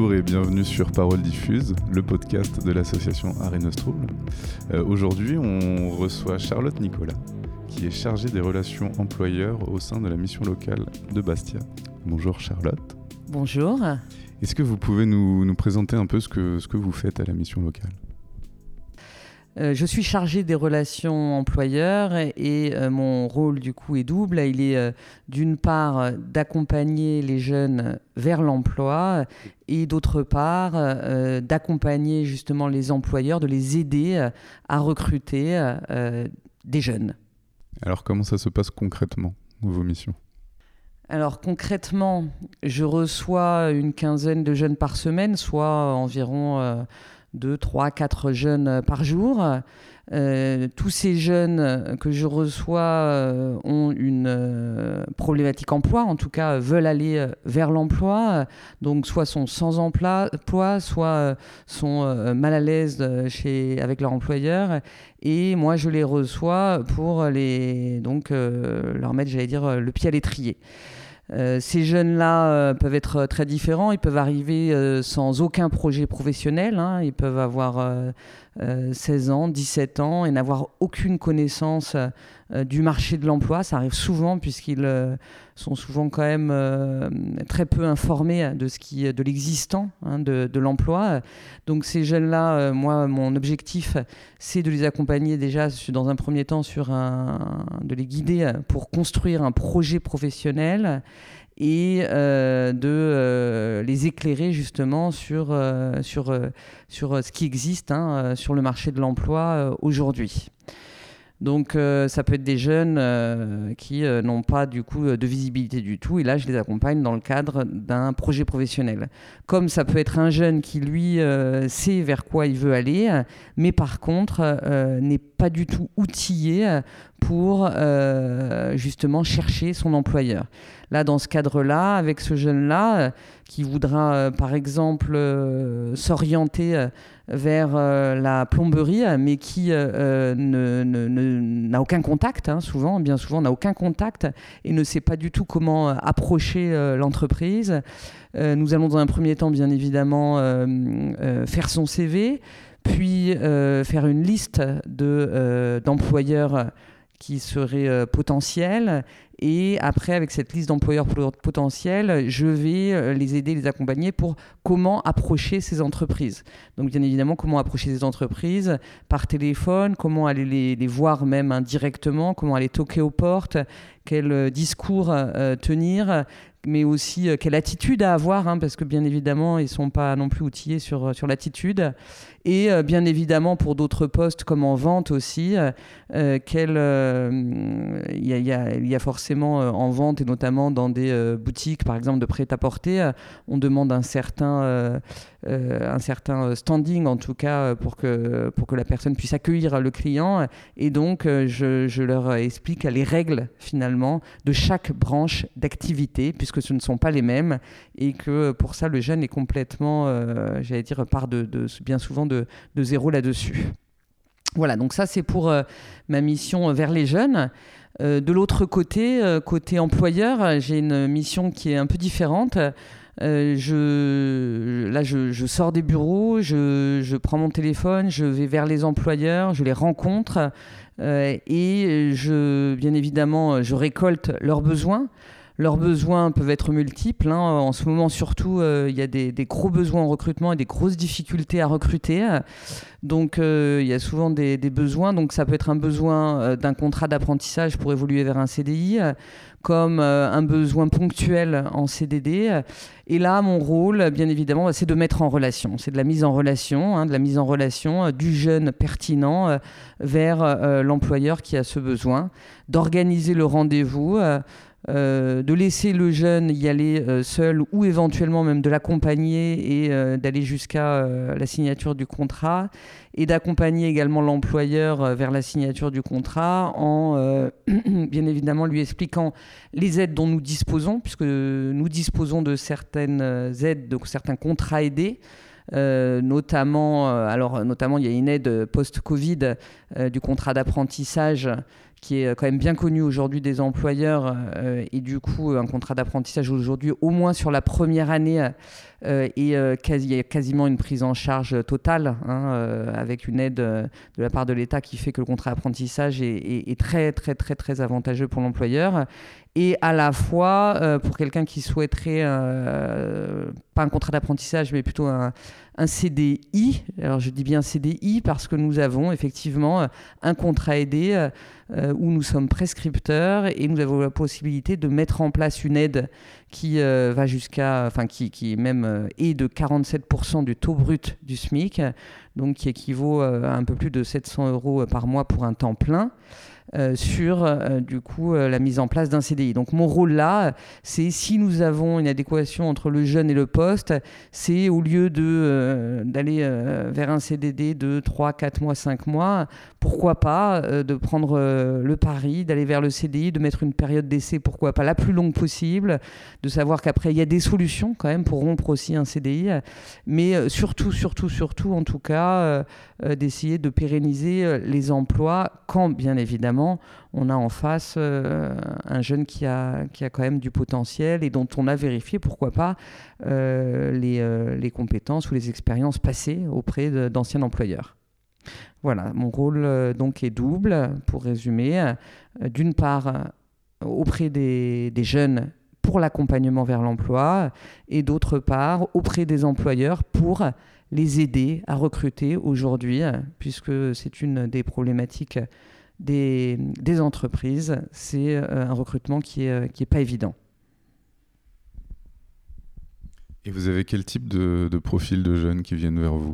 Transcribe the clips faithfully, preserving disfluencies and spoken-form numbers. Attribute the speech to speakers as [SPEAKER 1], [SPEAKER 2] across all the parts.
[SPEAKER 1] Bonjour et bienvenue sur Parole Diffuse, le podcast de l'association Arrêt Nostrum. Euh, aujourd'hui, on reçoit Charlotte Nicolas, qui est chargée des relations employeurs au sein de la mission locale de Bastia. Bonjour Charlotte.
[SPEAKER 2] Bonjour.
[SPEAKER 1] Est-ce que vous pouvez nous, nous présenter un peu ce que, ce que vous faites à la mission locale ?
[SPEAKER 2] Euh, je suis chargée des relations employeurs et, et euh, mon rôle du coup est double. Il est euh, d'une part euh, d'accompagner les jeunes vers l'emploi et d'autre part euh, d'accompagner justement les employeurs, de les aider euh, à recruter euh, des jeunes.
[SPEAKER 1] Alors comment ça se passe concrètement, vos missions ?
[SPEAKER 2] Alors concrètement, je reçois une quinzaine de jeunes par semaine, soit environ euh, deux, trois, quatre jeunes par jour. Euh, tous ces jeunes que je reçois euh, ont une euh, problématique emploi, en tout cas euh, veulent aller euh, vers l'emploi, donc soit sont sans emploi, soit euh, sont euh, mal à l'aise euh, chez, avec leur employeur. Et moi, je les reçois pour les, donc, euh, leur mettre, j'allais dire, le pied à l'étrier. Euh, ces jeunes-là euh, peuvent être très différents, ils peuvent arriver euh, sans aucun projet professionnel, hein. Ils peuvent avoir euh, euh, seize ans, dix-sept ans et n'avoir aucune connaissance euh, du marché de l'emploi. Ça arrive souvent puisqu'ils euh, sont souvent quand même euh, très peu informés de, ce qui, de l'existant, hein, de, de l'emploi. Donc ces jeunes-là, euh, moi, mon objectif, c'est de les accompagner déjà dans un premier temps, sur un, de les guider pour construire un projet professionnel et euh, de euh, les éclairer justement sur, euh, sur, euh, sur ce qui existe, hein, sur le marché de l'emploi euh, aujourd'hui. Donc euh, ça peut être des jeunes euh, qui euh, n'ont pas du coup de visibilité du tout, et là je les accompagne dans le cadre d'un projet professionnel. Comme ça peut être un jeune qui lui euh, sait vers quoi il veut aller, mais par contre euh, n'est pas du tout outillé pour euh, justement chercher son employeur. Là, dans ce cadre-là, avec ce jeune-là euh, qui voudra euh, par exemple euh, s'orienter euh, vers euh, la plomberie, mais qui euh, ne, ne, ne, n'a aucun contact, hein, souvent, bien souvent n'a aucun contact et ne sait pas du tout comment approcher euh, l'entreprise. Euh, nous allons dans un premier temps, bien évidemment, euh, euh, faire son C V, puis euh, faire une liste de, euh, d'employeurs qui seraient euh, potentiels. Et après, avec cette liste d'employeurs potentiels, je vais euh, les aider, les accompagner pour comment approcher ces entreprises. Donc, bien évidemment, comment approcher ces entreprises par téléphone, comment aller les, les voir même indirectement, comment aller toquer aux portes, quel euh, discours euh, tenir, mais aussi euh, quelle attitude à avoir, hein, parce que bien évidemment, ils ne sont pas non plus outillés sur, sur l'attitude. Et euh, bien évidemment, pour d'autres postes comme en vente aussi, euh, quel, euh, y a, y a, y a forcément euh, en vente, et notamment dans des euh, boutiques, par exemple, de prêt-à-porter, euh, on demande un certain, euh, euh, un certain standing, en tout cas, pour que, pour que la personne puisse accueillir le client. Et donc, euh, je, je leur explique les règles, finalement, de chaque branche d'activité, puisque ce ne sont pas les mêmes, et que pour ça, le jeune est complètement, euh, j'allais dire, part de, de, bien souvent de, de zéro là-dessus. Voilà, donc ça, c'est pour euh, ma mission vers les jeunes. Euh, de l'autre côté, euh, côté employeur, j'ai une mission qui est un peu différente. Euh, je, là, je, je sors des bureaux, je, je prends mon téléphone, je vais vers les employeurs, je les rencontre euh, et je, bien évidemment, je récolte leurs besoins. Leurs besoins peuvent être multiples, hein. En ce moment, surtout, euh, il y a des, des gros besoins en recrutement et des grosses difficultés à recruter. Donc, euh, il y a souvent des, des besoins. Donc, ça peut être un besoin euh, d'un contrat d'apprentissage pour évoluer vers un C D I, euh, comme euh, un besoin ponctuel en C D D. Et là, mon rôle, bien évidemment, c'est de mettre en relation. C'est de la mise en relation, hein, de la mise en relation euh, du jeune pertinent euh, vers euh, l'employeur qui a ce besoin, d'organiser le rendez-vous, euh, Euh, de laisser le jeune y aller euh, seul ou éventuellement même de l'accompagner et euh, d'aller jusqu'à euh, la signature du contrat, et d'accompagner également l'employeur euh, vers la signature du contrat en euh, bien évidemment lui expliquant les aides dont nous disposons, puisque nous disposons de certaines aides, donc certains contrats aidés. Euh, notamment, euh, alors, notamment, il y a une aide post-Covid euh, du contrat d'apprentissage qui est quand même bien connu aujourd'hui des employeurs euh, et du coup un contrat d'apprentissage aujourd'hui au moins sur la première année euh, et euh, quasi, quasiment une prise en charge totale hein, euh, avec une aide euh, de la part de l'État qui fait que le contrat d'apprentissage est, est, est très très très très avantageux pour l'employeur. Et à la fois, euh, pour quelqu'un qui souhaiterait, euh, pas un contrat d'apprentissage, mais plutôt un, un C D I. Alors je dis bien C D I parce que nous avons effectivement un contrat aidé euh, où nous sommes prescripteurs et nous avons la possibilité de mettre en place une aide qui euh, va jusqu'à, enfin qui, qui même euh, est de quarante-sept pour cent du taux brut du SMIC, donc qui équivaut euh, à un peu plus de sept cents euros par mois pour un temps plein. Euh, sur euh, du coup euh, la mise en place d'un C D I. Donc mon rôle là, c'est si nous avons une adéquation entre le jeune et le poste, c'est au lieu de, euh, d'aller euh, vers un C D D de trois, quatre mois, cinq mois, pourquoi pas euh, de prendre euh, le pari, d'aller vers le C D I, de mettre une période d'essai, pourquoi pas la plus longue possible, de savoir qu'après il y a des solutions quand même pour rompre aussi un C D I, mais euh, surtout, surtout, surtout en tout cas euh, euh, d'essayer de pérenniser euh, les emplois quand bien évidemment on a en face euh, un jeune qui a, qui a quand même du potentiel et dont on a vérifié, pourquoi pas, euh, les, euh, les compétences ou les expériences passées auprès de, d'anciens employeurs. Voilà, mon rôle euh, donc est double, pour résumer. Euh, d'une part, euh, auprès des, des jeunes pour l'accompagnement vers l'emploi et d'autre part, auprès des employeurs pour les aider à recruter aujourd'hui, puisque c'est une des problématiques Des, des entreprises, c'est euh, un recrutement qui n'est euh, qui est pas évident.
[SPEAKER 1] Et vous avez quel type de, de profil de jeunes qui viennent vers vous ?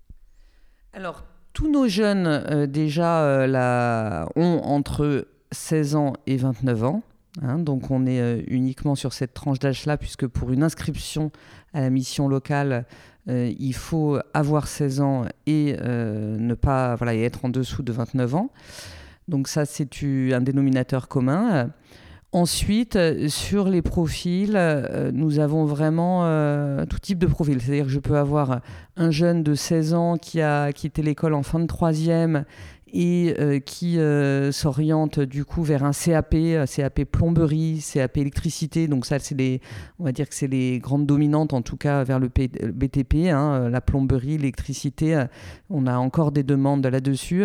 [SPEAKER 2] Alors, tous nos jeunes, euh, déjà, euh, là, ont entre seize ans et vingt-neuf ans. Hein, donc, on est euh, uniquement sur cette tranche d'âge-là, puisque pour une inscription à la mission locale, euh, il faut avoir seize ans et euh, ne pas voilà, être en dessous de vingt-neuf ans. Donc ça, c'est un dénominateur commun. Ensuite, sur les profils, nous avons vraiment euh, tout type de profil. C'est-à-dire que je peux avoir un jeune de seize ans qui a quitté l'école en fin de troisième et euh, qui euh, s'oriente du coup vers un C A P, C A P plomberie, C A P électricité. Donc ça, c'est les, on va dire que c'est les grandes dominantes, en tout cas vers le B T P, hein, la plomberie, l'électricité. On a encore des demandes là-dessus.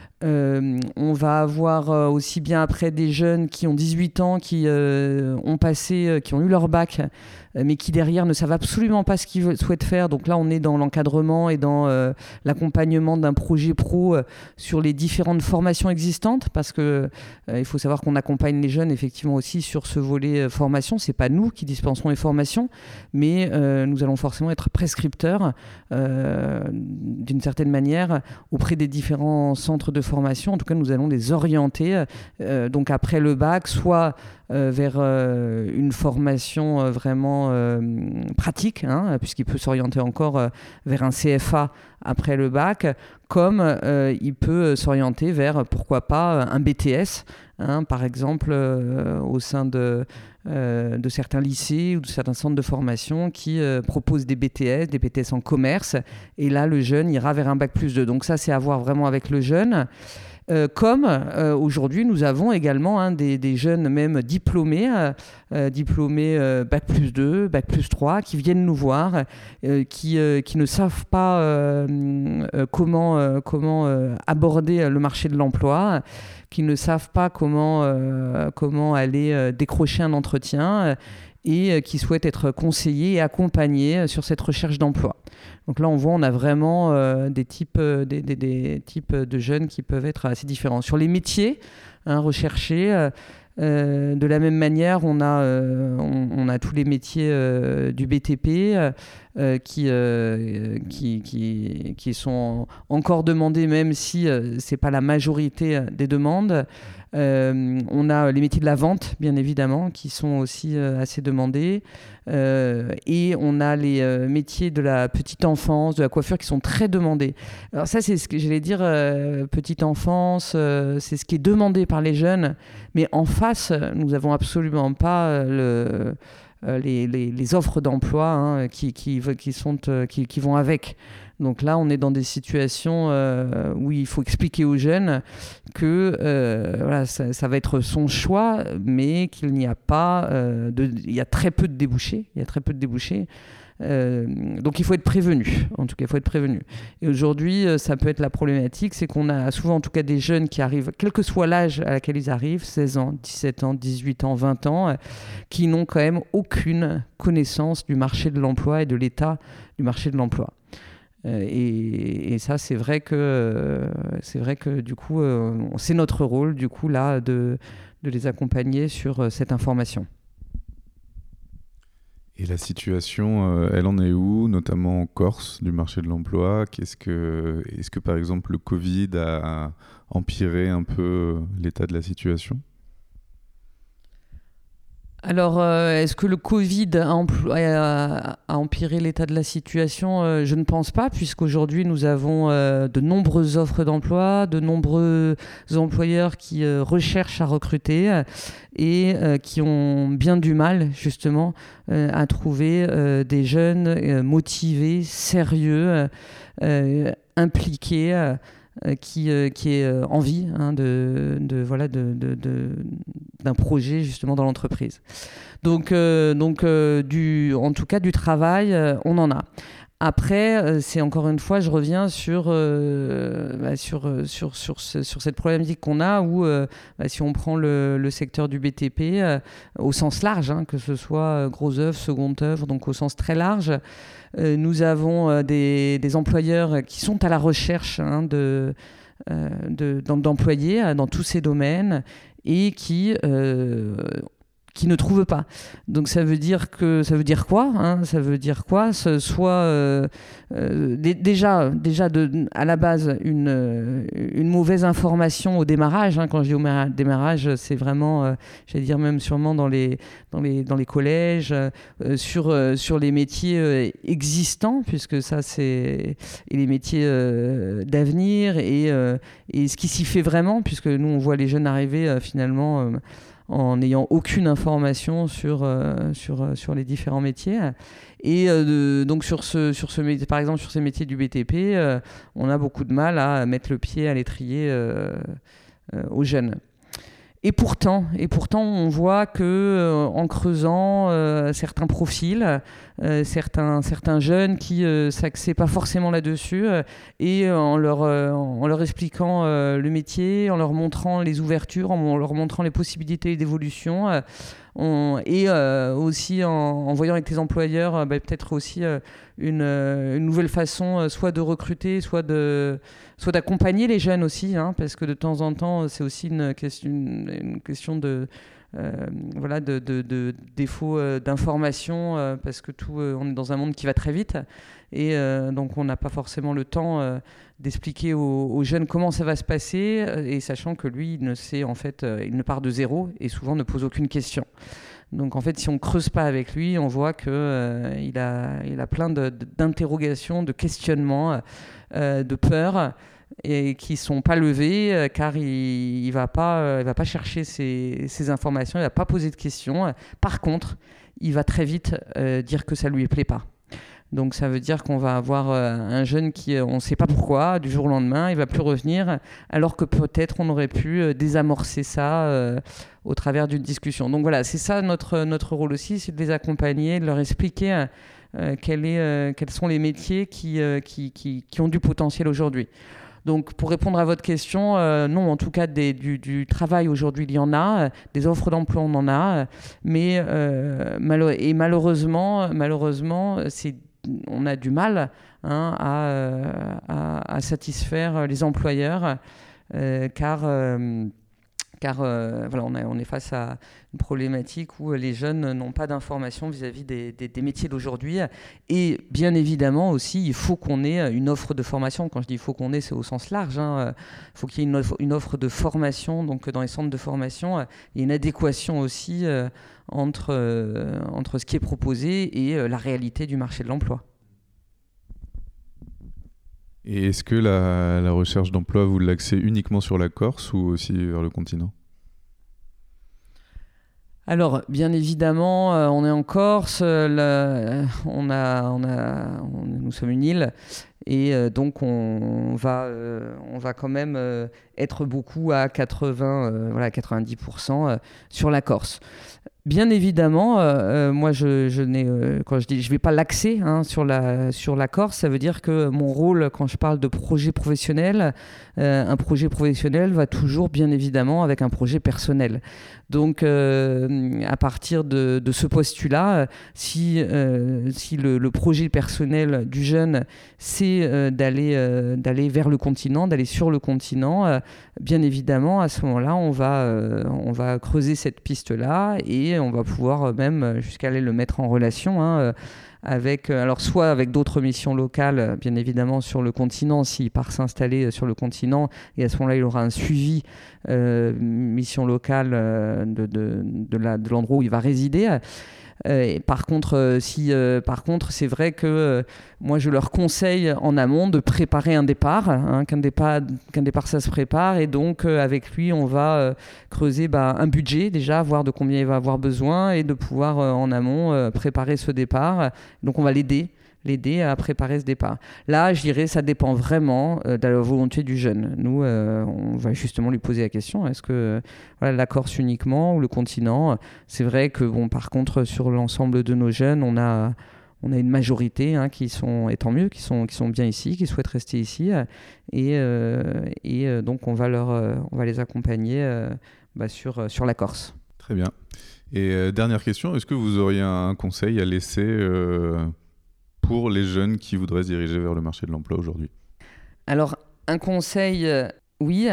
[SPEAKER 2] Euh, on va avoir euh, aussi bien après des jeunes qui ont dix-huit ans, qui euh, ont passé, euh, qui ont eu leur bac, euh, mais qui derrière ne savent absolument pas ce qu'ils veulent, souhaitent faire. Donc là, on est dans l'encadrement et dans euh, l'accompagnement d'un projet pro euh, sur les différentes formations existantes, parce que euh, il faut savoir qu'on accompagne les jeunes effectivement aussi sur ce volet euh, formation. C'est pas nous qui dispensons les formations, mais euh, nous allons forcément être prescripteurs euh, d'une certaine manière auprès des différents centres de formation. En tout cas, nous allons les orienter euh, donc après le bac, soit euh, vers euh, une formation euh, vraiment euh, pratique, hein, puisqu'il peut s'orienter encore euh, vers un C F A après le bac, comme euh, il peut s'orienter vers, pourquoi pas, un B T S, hein, par exemple, euh, au sein de, euh, de certains lycées ou de certains centres de formation qui euh, proposent des B T S, des B T S en commerce, et là, le jeune ira vers un bac plus deux. Donc ça, c'est à voir vraiment avec le jeune. Euh, comme euh, aujourd'hui, nous avons également hein, des, des jeunes même diplômés, euh, diplômés euh, bac plus deux, bac plus trois, qui viennent nous voir, euh, qui, euh, qui ne savent pas euh, euh, comment, euh, comment euh, aborder le marché de l'emploi, qui ne savent pas comment, euh, comment aller euh, décrocher un entretien euh, et euh, qui souhaitent être conseillés et accompagnés sur cette recherche d'emploi. Donc là, on voit, on a vraiment euh, des, types, euh, des, des, des types de jeunes qui peuvent être assez différents. Sur les métiers hein, recherchés, euh, euh, de la même manière, on a, euh, on, on a tous les métiers euh, du B T P euh, qui, euh, qui, qui, qui sont encore demandés, même si euh, ce n'est pas la majorité des demandes. Euh, on a les métiers de la vente, bien évidemment, qui sont aussi euh, assez demandés. Euh, et on a les euh, métiers de la petite enfance, de la coiffure, qui sont très demandés. Alors ça, c'est ce que j'allais dire, euh, petite enfance, euh, c'est ce qui est demandé par les jeunes. Mais en face, nous n'avons absolument pas euh, le... Les, les, les offres d'emploi hein, qui, qui, qui, sont, euh, qui, qui vont avec. Donc là, on est dans des situations euh, où il faut expliquer aux jeunes que euh, voilà, ça, ça va être son choix, mais qu'il n'y a pas, euh, de, il y a très peu de débouchés. Il y a très peu de débouchés. Euh, donc il faut être prévenu, en tout cas il faut être prévenu. Et aujourd'hui ça peut être la problématique, c'est qu'on a souvent en tout cas des jeunes qui arrivent, quel que soit l'âge à laquelle ils arrivent, seize ans, dix-sept ans, dix-huit ans, vingt ans, qui n'ont quand même aucune connaissance du marché de l'emploi et de l'état du marché de l'emploi. Euh, et, et ça c'est vrai que euh, c'est vrai que du coup euh, c'est notre rôle du coup là de, de les accompagner sur euh, cette information.
[SPEAKER 1] Et la situation, euh, elle en est où, notamment en Corse, du marché de l'emploi? Qu'est-ce que, est-ce que, par exemple, le Covid a empiré un peu l'état de la situation?
[SPEAKER 2] Alors, euh, est-ce que le Covid a, empl- a, a empiré l'état de la situation? euh, Je ne pense pas, puisqu'aujourd'hui, nous avons euh, de nombreuses offres d'emploi, de nombreux employeurs qui euh, recherchent à recruter euh, et euh, qui ont bien du mal, justement, euh, à trouver euh, des jeunes euh, motivés, sérieux, euh, impliqués, euh, qui, euh, qui aient euh, envie hein, de, de, voilà, de, de, de, d'un projet, justement, dans l'entreprise. Donc, euh, donc euh, du, en tout cas, du travail, euh, on en a. Après, euh, c'est encore une fois, je reviens sur, euh, bah, sur, sur, sur, ce, sur cette problématique qu'on a où, euh, bah, si on prend le, le secteur du B T P euh, au sens large, hein, que ce soit gros œuvre, seconde œuvre, donc au sens très large, euh, nous avons euh, des, des employeurs qui sont à la recherche hein, de, euh, de, d'employés dans tous ces domaines et qui... Euh, qui ne trouvent pas. Donc ça veut dire que ça veut dire quoi hein Ça veut dire quoi Ce soit euh, euh, d- déjà déjà de, à la base une une mauvaise information au démarrage. Hein. Quand je dis au ma- démarrage, c'est vraiment, euh, j'allais dire même sûrement dans les dans les dans les collèges, euh, sur euh, sur les métiers euh, existants, puisque ça c'est et les métiers euh, d'avenir et euh, et ce qui s'y fait vraiment, puisque nous on voit les jeunes arriver euh, finalement. Euh, en n'ayant aucune information sur, euh, sur, euh, sur les différents métiers. Et euh, de, donc, sur ce, sur ce, par exemple, sur ces métiers du B T P, euh, on a beaucoup de mal à mettre le pied à l'étrier euh, euh, aux jeunes. Et pourtant, et pourtant, on voit que euh, en creusant euh, certains profils, euh, certains, certains jeunes qui euh, s'axaient pas forcément là-dessus, euh, et euh, en, leur, euh, en leur expliquant euh, le métier, en leur montrant les ouvertures, en leur montrant les possibilités d'évolution, euh, on, et euh, aussi en, en voyant avec les employeurs euh, bah, peut-être aussi euh, une, euh, une nouvelle façon euh, soit de recruter, soit de soit d'accompagner les jeunes aussi, hein, parce que de temps en temps, c'est aussi une question, une, une question de, euh, voilà, de, de, de défaut euh, d'information, euh, parce que tout, euh, on est dans un monde qui va très vite, et euh, donc on n'a pas forcément le temps euh, d'expliquer aux, aux jeunes comment ça va se passer, et sachant que lui, il ne sait en fait, euh, il ne part de zéro, et souvent ne pose aucune question. Donc en fait, si on creuse pas avec lui, on voit que euh, il a, il a plein de, de, d'interrogations, de questionnements, euh, de peurs, et qui sont pas levées euh, car il, il va pas, euh, il va pas chercher ces, ces informations, il va pas poser de questions. Par contre, il va très vite euh, dire que ça lui plaît pas. Donc ça veut dire qu'on va avoir euh, un jeune qui, euh, on ne sait pas pourquoi, du jour au lendemain, il va plus revenir, alors que peut-être on aurait pu euh, désamorcer ça euh, au travers d'une discussion. Donc voilà, c'est ça notre, notre rôle aussi, c'est de les accompagner, de leur expliquer euh, quel est, euh, quels sont les métiers qui, euh, qui, qui, qui ont du potentiel aujourd'hui. Donc, pour répondre à votre question, euh, non, en tout cas, des, du, du travail aujourd'hui, il y en a, euh, des offres d'emploi, on en a, euh, mais euh, malo- et malheureusement, malheureusement, c'est, on a du mal hein, à, euh, à, à satisfaire les employeurs, euh, car euh, car euh, voilà, on, a, on est face à une problématique où les jeunes n'ont pas d'informations vis-à-vis des, des, des métiers d'aujourd'hui. Et bien évidemment aussi, il faut qu'on ait une offre de formation. Quand je dis il faut qu'on ait, c'est au sens large. Hein. Il faut qu'il y ait une offre, une offre de formation. Donc dans les centres de formation, il y a une adéquation aussi euh, entre, euh, entre ce qui est proposé et euh, la réalité du marché de l'emploi.
[SPEAKER 1] Et est-ce que la, la recherche d'emploi, vous l'axez uniquement sur la Corse ou aussi vers le continent ?
[SPEAKER 2] Alors, bien évidemment, euh, on est en Corse, euh, la, on a, on a, on, nous sommes une île, Et euh, donc, on va, euh, on va quand même euh, être beaucoup à quatre-vingts, euh, voilà, quatre-vingt-dix pour cent euh, sur la Corse. Bien évidemment, euh, moi, je, je n'ai, euh, quand je dis, je vais pas l'axer hein, sur la sur la Corse, ça veut dire que mon rôle, quand je parle de projet professionnel, euh, un projet professionnel va toujours, bien évidemment, avec un projet personnel. Donc, euh, à partir de, de ce postulat, si euh, si le, le projet personnel du jeune, c'est euh, d'aller euh, d'aller vers le continent, d'aller sur le continent, euh, bien évidemment, à ce moment-là, on va euh, on va creuser cette piste-là et on va pouvoir même jusqu'à aller le mettre en relation hein, avec, alors soit avec d'autres missions locales, bien évidemment sur le continent, s'il part s'installer sur le continent, et à ce moment-là il aura un suivi euh, mission locale euh, de, de, de, la, de l'endroit où il va résider. Euh, et par contre, euh, si, euh, par contre, c'est vrai que euh, moi, je leur conseille en amont de préparer un départ, hein, qu'un départ, qu'un départ, ça se prépare. Et donc, euh, avec lui, on va euh, creuser bah, un budget déjà, voir de combien il va avoir besoin et de pouvoir euh, en amont euh, préparer ce départ. Donc, on va l'aider. l'aider à préparer ce départ. Là, je dirais, ça dépend vraiment euh, de la volonté du jeune. Nous, euh, on va justement lui poser la question, est-ce que euh, voilà, la Corse uniquement ou le continent? C'est vrai que, bon, par contre, sur l'ensemble de nos jeunes, on a, on a une majorité hein, qui sont, et tant mieux, qui sont, qui sont bien ici, qui souhaitent rester ici. Et, euh, et euh, donc, on va, leur, euh, on va les accompagner euh, bah, sur, sur la Corse.
[SPEAKER 1] Très bien. Et euh, dernière question, est-ce que vous auriez un conseil à laisser euh... pour les jeunes qui voudraient se diriger vers le marché de l'emploi aujourd'hui?
[SPEAKER 2] Alors, un conseil, euh, oui,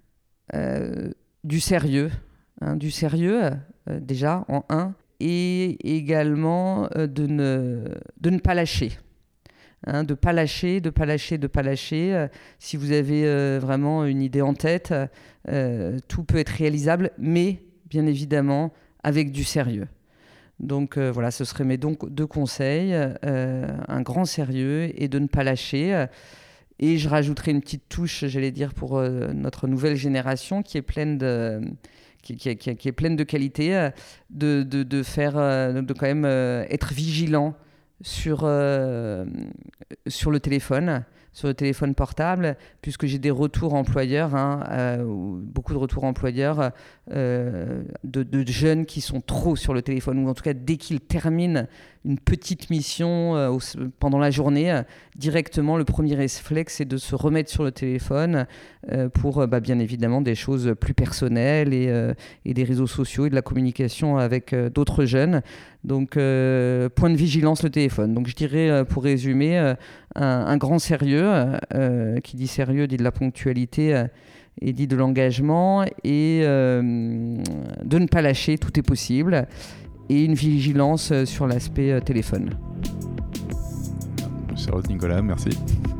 [SPEAKER 2] euh, du sérieux. Hein, du sérieux, euh, déjà, en un, et également euh, de, ne, de ne pas lâcher. Hein, de ne pas lâcher, de ne pas lâcher, de ne pas lâcher. Euh, si vous avez euh, vraiment une idée en tête, euh, tout peut être réalisable, mais, bien évidemment, avec du sérieux. Donc euh, voilà, ce seraient mes donc deux conseils, euh, un grand sérieux et de ne pas lâcher. Et je rajouterai une petite touche, j'allais dire, pour euh, notre nouvelle génération qui est pleine de, qui, qui, qui, qui est pleine de qualité, de, de, de faire, de quand même euh, être vigilant sur, euh, sur le téléphone, sur le téléphone portable, puisque j'ai des retours employeurs, hein, euh, beaucoup de retours employeurs euh, de, de jeunes qui sont trop sur le téléphone, ou en tout cas dès qu'ils terminent une petite mission euh, au, pendant la journée, euh, directement le premier réflexe c'est de se remettre sur le téléphone euh, pour euh, bah, bien évidemment des choses plus personnelles et, euh, et des réseaux sociaux et de la communication avec euh, d'autres jeunes. Donc euh, point de vigilance le téléphone. Donc je dirais euh, pour résumer euh, un, un grand sérieux, euh, qui dit sérieux dit de la ponctualité euh, et dit de l'engagement et euh, de ne pas lâcher, tout est possible. Et une vigilance sur l'aspect téléphone.
[SPEAKER 1] Charlotte Nicolas, merci.